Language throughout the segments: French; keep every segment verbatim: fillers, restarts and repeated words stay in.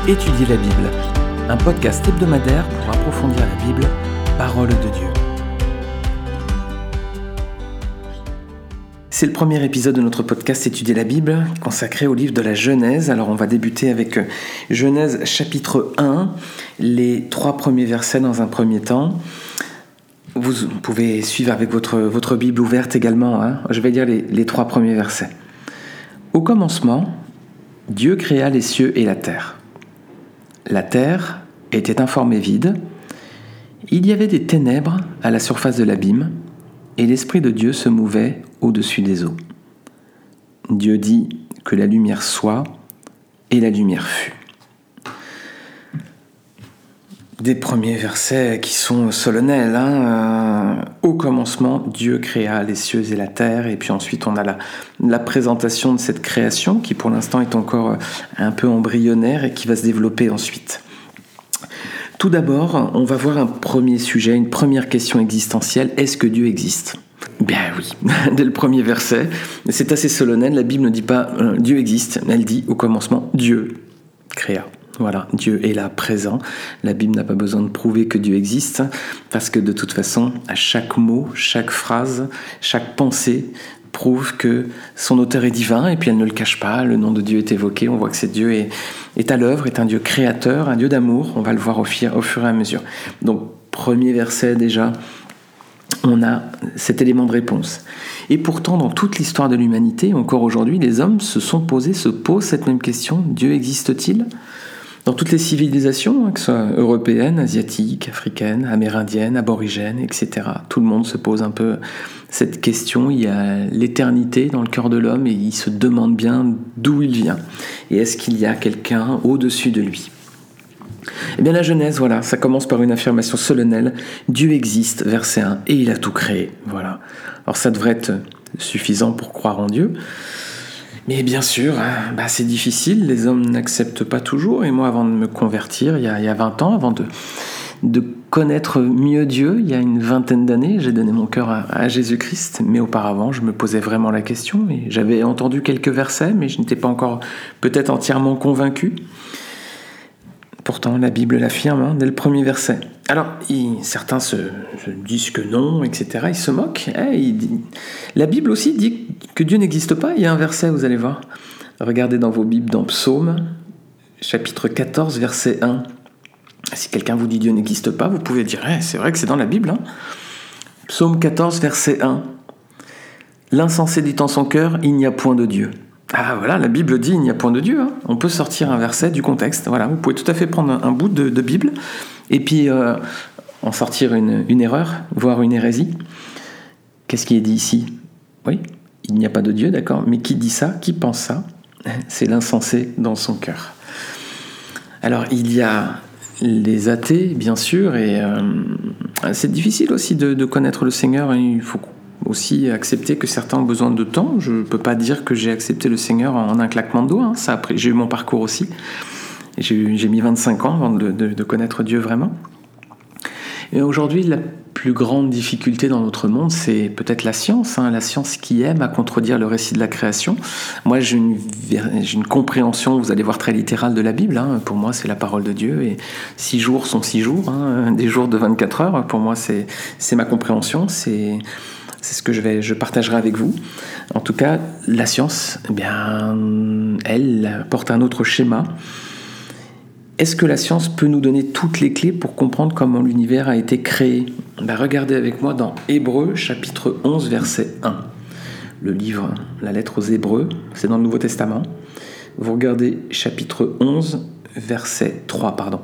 Étudier la Bible, un podcast hebdomadaire pour approfondir la Bible, parole de Dieu. C'est le premier épisode de notre podcast Étudier la Bible, consacré au livre de la Genèse. Alors on va débuter avec Genèse chapitre un, les trois premiers versets dans un premier temps. Vous pouvez suivre avec votre, votre Bible ouverte également, hein. Je vais lire les, les trois premiers versets. Au commencement, Dieu créa les cieux et la terre. La terre était informe et vide. Il y avait des ténèbres à la surface de l'abîme, et l'Esprit de Dieu se mouvait au-dessus des eaux. Dieu dit que la lumière soit, et la lumière fut. Des premiers versets qui sont solennels. Hein. Euh, au commencement, Dieu créa les cieux et la terre, et puis ensuite on a la, la présentation de cette création qui pour l'instant est encore un peu embryonnaire et qui va se développer ensuite. Tout d'abord, on va voir un premier sujet, une première question existentielle. Est-ce que Dieu existe ? Bien oui, dès le premier verset, c'est assez solennel. La Bible ne dit pas euh, Dieu existe, elle dit au commencement Dieu créa. Voilà, Dieu est là, présent. La Bible n'a pas besoin de prouver que Dieu existe, parce que de toute façon, à chaque mot, chaque phrase, chaque pensée prouve que son auteur est divin, et puis elle ne le cache pas, le nom de Dieu est évoqué, on voit que c'est Dieu est, est à l'œuvre, est un Dieu créateur, un Dieu d'amour, on va le voir au, fi- au fur et à mesure. Donc, premier verset déjà, on a cet élément de réponse. Et pourtant, dans toute l'histoire de l'humanité, encore aujourd'hui, les hommes se sont posés, se posent cette même question, Dieu existe-t-il ? Dans toutes les civilisations, que ce soit européennes, asiatiques, africaines, amérindiennes, aborigènes, et cetera, tout le monde se pose un peu cette question. Il y a l'éternité dans le cœur de l'homme et il se demande bien d'où il vient. Et est-ce qu'il y a quelqu'un au-dessus de lui ? Eh bien la Genèse, voilà, ça commence par une affirmation solennelle. Dieu existe, verset un, et il a tout créé. Voilà. Alors ça devrait être suffisant pour croire en Dieu. Mais bien sûr, bah c'est difficile, les hommes n'acceptent pas toujours. Et moi, avant de me convertir, il y a, il y a vingt ans, avant de, de connaître mieux Dieu, il y a une vingtaine d'années, j'ai donné mon cœur à, à Jésus-Christ. Mais auparavant, je me posais vraiment la question. Et j'avais entendu quelques versets, mais je n'étais pas encore peut-être entièrement convaincu. Pourtant, la Bible l'affirme hein, dès le premier verset. Alors, il, certains se, se disent que non, et cetera. Ils se moquent. Eh, il dit, la Bible aussi dit que Dieu n'existe pas. Il y a un verset, vous allez voir. Regardez dans vos Bibles, dans Psaume, chapitre quatorze, verset un. Si quelqu'un vous dit Dieu n'existe pas, vous pouvez dire eh, c'est vrai que c'est dans la Bible. Hein. Psaume quatorze, verset un. L'insensé dit en son cœur, il n'y a point de Dieu. Ah voilà, la Bible dit il n'y a point de Dieu. Hein. On peut sortir un verset du contexte. Voilà, vous pouvez tout à fait prendre un, un bout de, de Bible et puis euh, en sortir une, une erreur, voire une hérésie. Qu'est-ce qui est dit ici ? Oui, il n'y a pas de Dieu, d'accord. Mais qui dit ça ? Qui pense ça ? C'est l'insensé dans son cœur. Alors il y a les athées, bien sûr, et euh, c'est difficile aussi de, de connaître le Seigneur. Il faut aussi accepter que certains ont besoin de temps. Je ne peux pas dire que j'ai accepté le Seigneur en un claquement de doigts. Hein. Ça, après, j'ai eu mon parcours aussi. J'ai, eu, j'ai mis vingt-cinq ans avant de, de, de connaître Dieu vraiment. Et aujourd'hui, la plus grande difficulté dans notre monde, c'est peut-être la science. Hein. La science qui aime à contredire le récit de la création. Moi, j'ai une, j'ai une compréhension, vous allez voir, très littérale de la Bible. Hein. Pour moi, c'est la parole de Dieu. Et six jours sont six jours. Hein. Des jours de vingt-quatre heures. Pour moi, c'est, c'est ma compréhension. C'est... C'est ce que je, vais, je partagerai avec vous. En tout cas, la science, eh bien, elle porte un autre schéma. Est-ce que la science peut nous donner toutes les clés pour comprendre comment l'univers a été créé ? Ben, regardez avec moi dans Hébreux, chapitre onze, verset un. Le livre, la lettre aux Hébreux, c'est dans le Nouveau Testament. Vous regardez chapitre onze, verset trois, pardon.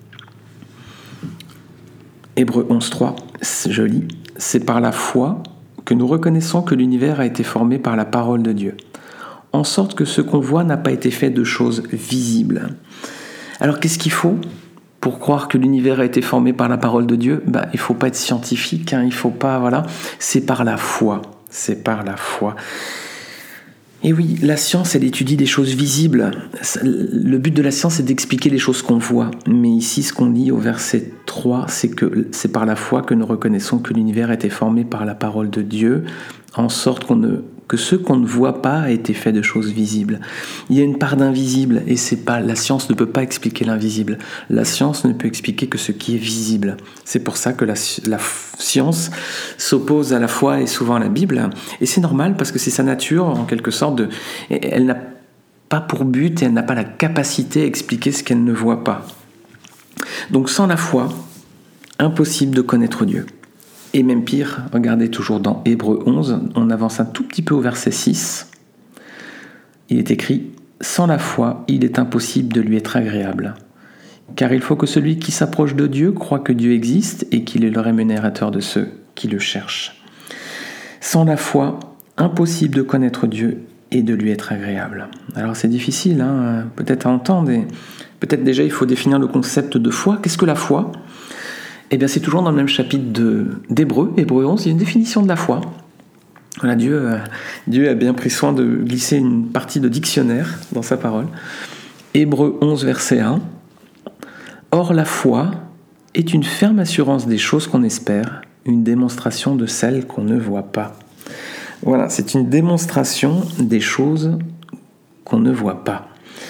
Hébreux onze, trois, je lis. C'est par la foi que nous reconnaissons que l'univers a été formé par la parole de Dieu, en sorte que ce qu'on voit n'a pas été fait de choses visibles. Alors qu'est-ce qu'il faut pour croire que l'univers a été formé par la parole de Dieu ? Ben, il ne faut pas être scientifique, hein, il faut pas, voilà, c'est par la foi, c'est par la foi. Et oui, la science, elle étudie des choses visibles. Le but de la science, c'est d'expliquer les choses qu'on voit. Mais ici, ce qu'on lit au verset trois, c'est que c'est par la foi que nous reconnaissons que l'univers a été formé par la parole de Dieu, en sorte qu'on ne que ce qu'on ne voit pas a été fait de choses visibles. Il y a une part d'invisible, et c'est pas, la science ne peut pas expliquer l'invisible. La science ne peut expliquer que ce qui est visible. C'est pour ça que la, la science s'oppose à la foi et souvent à la Bible, et c'est normal parce que c'est sa nature, en quelque sorte, de, elle n'a pas pour but et elle n'a pas la capacité à expliquer ce qu'elle ne voit pas. Donc sans la foi, impossible de connaître Dieu. Et même pire, regardez toujours dans Hébreux onze, on avance un tout petit peu au verset six. Il est écrit « Sans la foi, il est impossible de lui être agréable. Car il faut que celui qui s'approche de Dieu croit que Dieu existe et qu'il est le rémunérateur de ceux qui le cherchent. Sans la foi, impossible de connaître Dieu et de lui être agréable. » Alors c'est difficile, hein, peut-être à entendre. Et peut-être déjà il faut définir le concept de foi. Qu'est-ce que la foi ? Eh bien, c'est toujours dans le même chapitre de, d'Hébreux, Hébreux onze, il y a une définition de la foi. Voilà, Dieu, euh, Dieu a bien pris soin de glisser une partie de dictionnaire dans sa parole. Hébreux onze, verset un. « Or, la foi est une ferme assurance des choses qu'on espère, une démonstration de celles qu'on ne voit pas. » Voilà, c'est une démonstration des choses qu'on ne voit pas.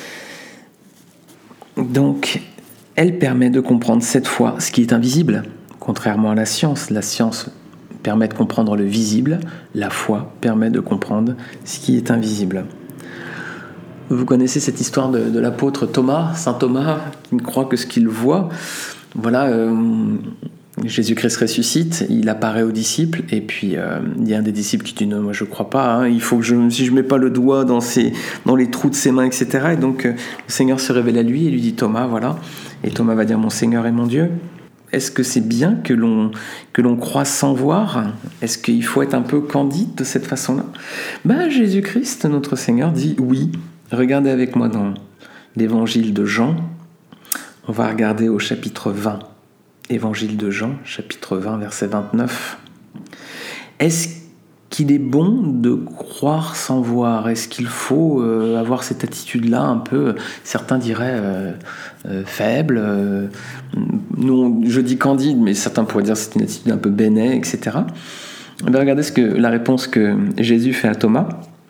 Donc, elle permet de comprendre cette fois ce qui est invisible, contrairement à la science. La science permet de comprendre le visible, la foi permet de comprendre ce qui est invisible. Vous connaissez cette histoire de, de l'apôtre Thomas, saint Thomas, qui ne croit que ce qu'il voit. Voilà, euh, Jésus-Christ ressuscite, il apparaît aux disciples, et puis euh, il y a un des disciples qui dit « Non, moi je ne crois pas, hein, il faut que je, si je ne mets pas le doigt dans, ses, dans les trous de ses mains, et cetera » Et donc euh, le Seigneur se révèle à lui et lui dit « Thomas, voilà ». Et Thomas va dire « Mon Seigneur et mon Dieu ». Est-ce que c'est bien que l'on, que l'on croit sans voir ? Est-ce qu'il faut être un peu candide de cette façon-là ? Ben, Jésus-Christ, notre Seigneur, dit oui. Regardez avec moi dans l'évangile de Jean. On va regarder au chapitre vingt. Évangile de Jean, chapitre vingt, verset vingt-neuf. Est-ce qu'il est bon de croire sans voir ? Est-ce qu'il faut euh, avoir cette attitude-là un peu, certains diraient euh, euh, faible, euh, nous, je dis candide, mais certains pourraient dire que c'est une attitude un peu bénet, et cetera. Ben, regardez ce que, la réponse que Jésus fait à Thomas.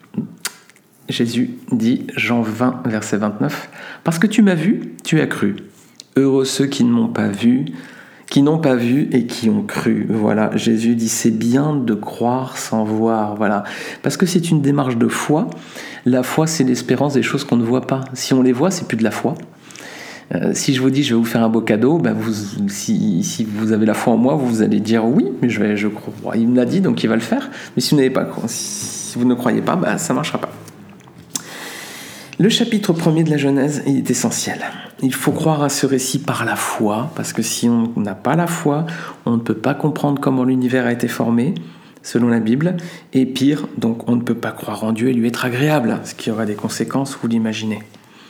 Jésus dit, Jean vingt, verset vingt-neuf, « Parce que tu m'as vu, tu as cru. Heureux ceux qui ne m'ont pas vu, qui n'ont pas vu et qui ont cru. » Voilà, Jésus dit c'est bien de croire sans voir. Voilà, parce que c'est une démarche de foi. La foi, c'est l'espérance des choses qu'on ne voit pas. Si on les voit, c'est plus de la foi. Euh, si je vous dis je vais vous faire un beau cadeau, ben vous, si, si vous avez la foi en moi, vous allez dire oui, mais je vais, je crois. Il me l'a dit, donc il va le faire. Mais si vous n'avez pas, si vous ne croyez pas, ben ça marchera pas. Le chapitre premier de la Genèse est essentiel. Il faut croire à ce récit par la foi, parce que si on n'a pas la foi, on ne peut pas comprendre comment l'univers a été formé, selon la Bible, et pire, donc on ne peut pas croire en Dieu et lui être agréable, ce qui aura des conséquences, vous l'imaginez.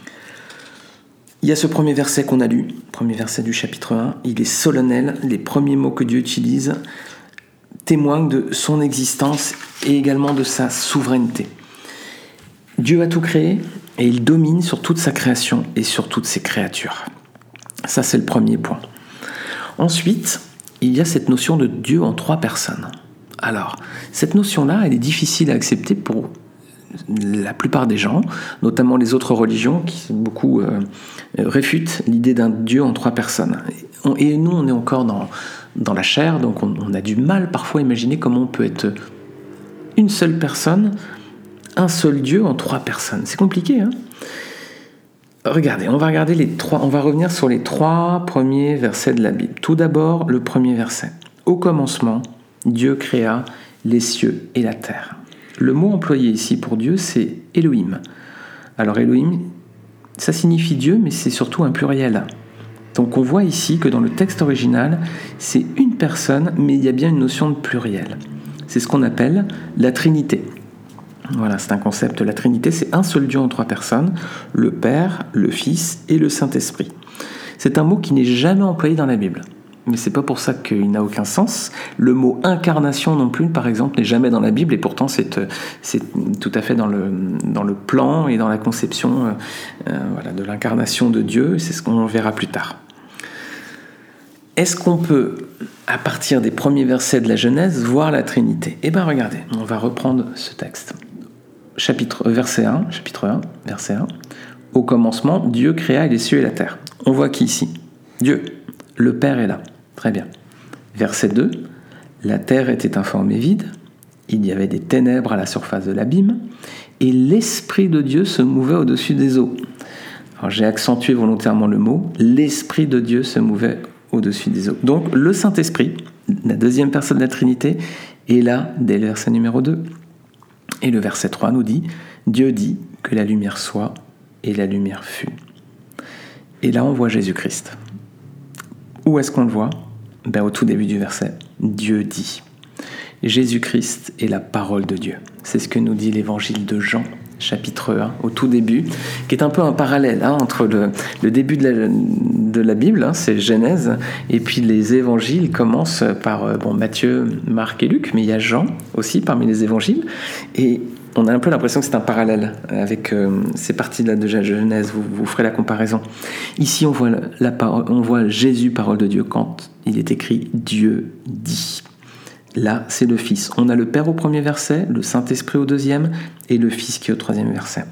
Il y a ce premier verset qu'on a lu, premier verset du chapitre un, il est solennel, les premiers mots que Dieu utilise témoignent de son existence et également de sa souveraineté. Dieu a tout créé, et il domine sur toute sa création et sur toutes ses créatures. Ça, c'est le premier point. Ensuite, il y a cette notion de Dieu en trois personnes. Alors, cette notion-là, elle est difficile à accepter pour la plupart des gens, notamment les autres religions qui beaucoup euh, réfutent l'idée d'un Dieu en trois personnes. Et nous, on est encore dans, dans la chair, donc on, on a du mal parfois à imaginer comment on peut être une seule personne, un seul Dieu en trois personnes. C'est compliqué, hein ? Regardez, on va regarder les trois, on va revenir sur les trois premiers versets de la Bible. Tout d'abord, le premier verset. Au commencement, Dieu créa les cieux et la terre. Le mot employé ici pour Dieu, c'est Elohim. Alors Elohim, ça signifie Dieu, mais c'est surtout un pluriel. Donc on voit ici que dans le texte original, c'est une personne, mais il y a bien une notion de pluriel. C'est ce qu'on appelle la Trinité. Voilà, c'est un concept. La Trinité, c'est un seul Dieu en trois personnes, le Père, le Fils et le Saint-Esprit. C'est un mot qui n'est jamais employé dans la Bible. Mais c'est pas pour ça qu'il n'a aucun sens. Le mot incarnation non plus, par exemple, n'est jamais dans la Bible, et pourtant c'est, c'est tout à fait dans le, dans le plan et dans la conception euh, voilà, de l'incarnation de Dieu. C'est ce qu'on verra plus tard. Est-ce qu'on peut, à partir des premiers versets de la Genèse, voir la Trinité ? Eh bien, regardez, on va reprendre ce texte. chapitre, verset un, chapitre un, verset un. Au commencement, Dieu créa les cieux et la terre. On voit qui ici ? Dieu. Le Père est là. Très bien. Verset deux. La terre était informe et vide. Il y avait des ténèbres à la surface de l'abîme. Et l'Esprit de Dieu se mouvait au-dessus des eaux. Alors j'ai accentué volontairement le mot. L'Esprit de Dieu se mouvait au-dessus des eaux. Donc le Saint-Esprit, la deuxième personne de la Trinité, est là dès le verset numéro deux. Et le verset trois nous dit « Dieu dit que la lumière soit, et la lumière fut. » Et là on voit Jésus-Christ. Où est-ce qu'on le voit ? Ben, au tout début du verset, Dieu dit. Jésus-Christ est la parole de Dieu. C'est ce que nous dit l'évangile de Jean, chapitre un, au tout début, qui est un peu un parallèle hein, entre le, le début de la, de la Bible, hein, c'est Genèse, et puis les évangiles commencent par bon, Matthieu, Marc et Luc, mais il y a Jean aussi parmi les évangiles, et on a un peu l'impression que c'est un parallèle avec euh, ces parties-là de Genèse, vous, vous ferez la comparaison. Ici, on voit, la parole, on voit Jésus, parole de Dieu, quand il est écrit « Dieu dit ». Là, c'est le Fils. On a le Père au premier verset, le Saint-Esprit au deuxième, et le Fils qui est au troisième verset.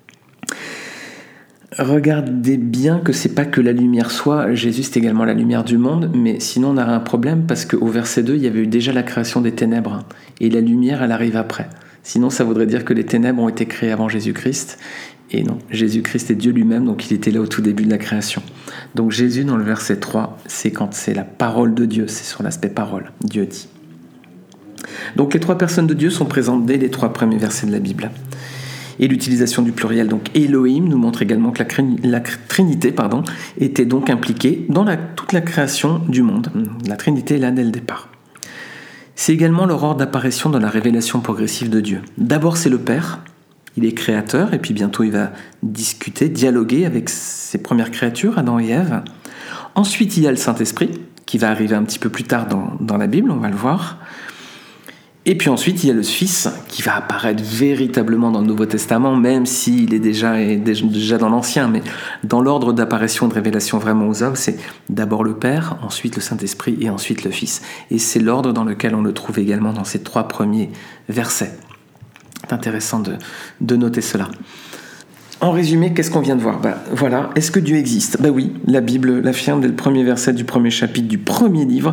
Regardez bien que c'est pas que la lumière soit, Jésus c'est également la lumière du monde, mais sinon on aurait un problème parce qu'au verset deux, il y avait eu déjà la création des ténèbres, et la lumière, elle arrive après. Sinon, ça voudrait dire que les ténèbres ont été créées avant Jésus-Christ. Et non, Jésus-Christ est Dieu lui-même, donc il était là au tout début de la création. Donc Jésus, dans le verset trois, c'est quand c'est la parole de Dieu, c'est sur l'aspect parole, Dieu dit. Donc les trois personnes de Dieu sont présentes dès les trois premiers versets de la Bible. Et l'utilisation du pluriel, donc Elohim, nous montre également que la, la Trinité pardon, était donc impliquée dans la, toute la création du monde. La Trinité est là dès le départ. C'est également leur ordre d'apparition dans la révélation progressive de Dieu. D'abord, c'est le Père, il est créateur, et puis bientôt il va discuter, dialoguer avec ses premières créatures, Adam et Ève. Ensuite, il y a le Saint-Esprit, qui va arriver un petit peu plus tard dans, dans la Bible, on va le voir. Et puis ensuite, il y a le Fils, qui va apparaître véritablement dans le Nouveau Testament, même s'il est déjà, est déjà dans l'Ancien, mais dans l'ordre d'apparition et de révélation vraiment aux hommes, c'est d'abord le Père, ensuite le Saint-Esprit et ensuite le Fils. Et c'est l'ordre dans lequel on le trouve également dans ces trois premiers versets. C'est intéressant de, de noter cela. En résumé, qu'est-ce qu'on vient de voir ? Ben, voilà, est-ce que Dieu existe ? Ben oui, la Bible l'affirme dès le premier verset du premier chapitre du premier livre.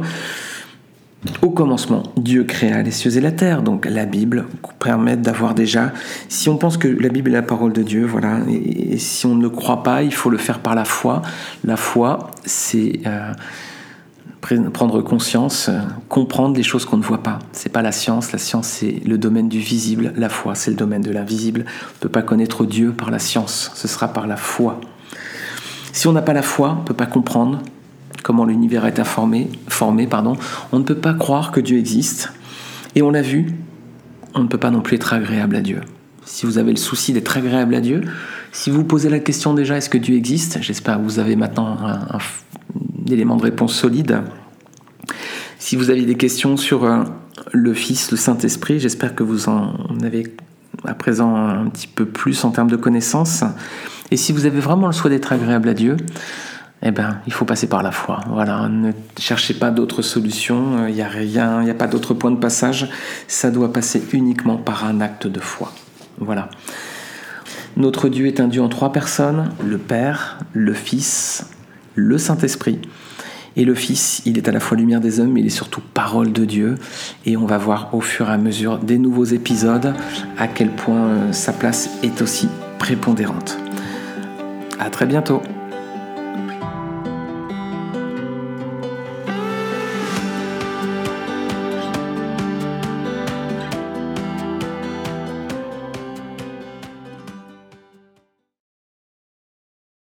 Au commencement, Dieu créa les cieux et la terre. Donc la Bible permet d'avoir déjà, si on pense que la Bible est la parole de Dieu, voilà, et, et si on ne croit pas, il faut le faire par la foi. La foi, c'est euh, prendre conscience, euh, comprendre les choses qu'on ne voit pas. C'est pas la science. La science, c'est le domaine du visible. La foi, c'est le domaine de l'invisible. On ne peut pas connaître Dieu par la science. Ce sera par la foi. Si on n'a pas la foi, on ne peut pas comprendre comment l'univers est informé, formé, pardon. On ne peut pas croire que Dieu existe. Et on l'a vu, on ne peut pas non plus être agréable à Dieu. Si vous avez le souci d'être agréable à Dieu, si vous vous posez la question déjà, est-ce que Dieu existe ? J'espère que vous avez maintenant un, un, un élément de réponse solide. Si vous aviez des questions sur euh, le Fils, le Saint-Esprit, j'espère que vous en avez à présent un petit peu plus en termes de connaissances. Et si vous avez vraiment le souhait d'être agréable à Dieu, eh ben, il faut passer par la foi. Voilà, ne cherchez pas d'autres solutions, il n'y a rien, il n'y a pas d'autre point de passage. Ça doit passer uniquement par un acte de foi. Voilà. Notre Dieu est un Dieu en trois personnes, le Père, le Fils, le Saint-Esprit. Et le Fils, il est à la fois lumière des hommes, mais il est surtout parole de Dieu. Et on va voir au fur et à mesure des nouveaux épisodes à quel point sa place est aussi prépondérante. À très bientôt.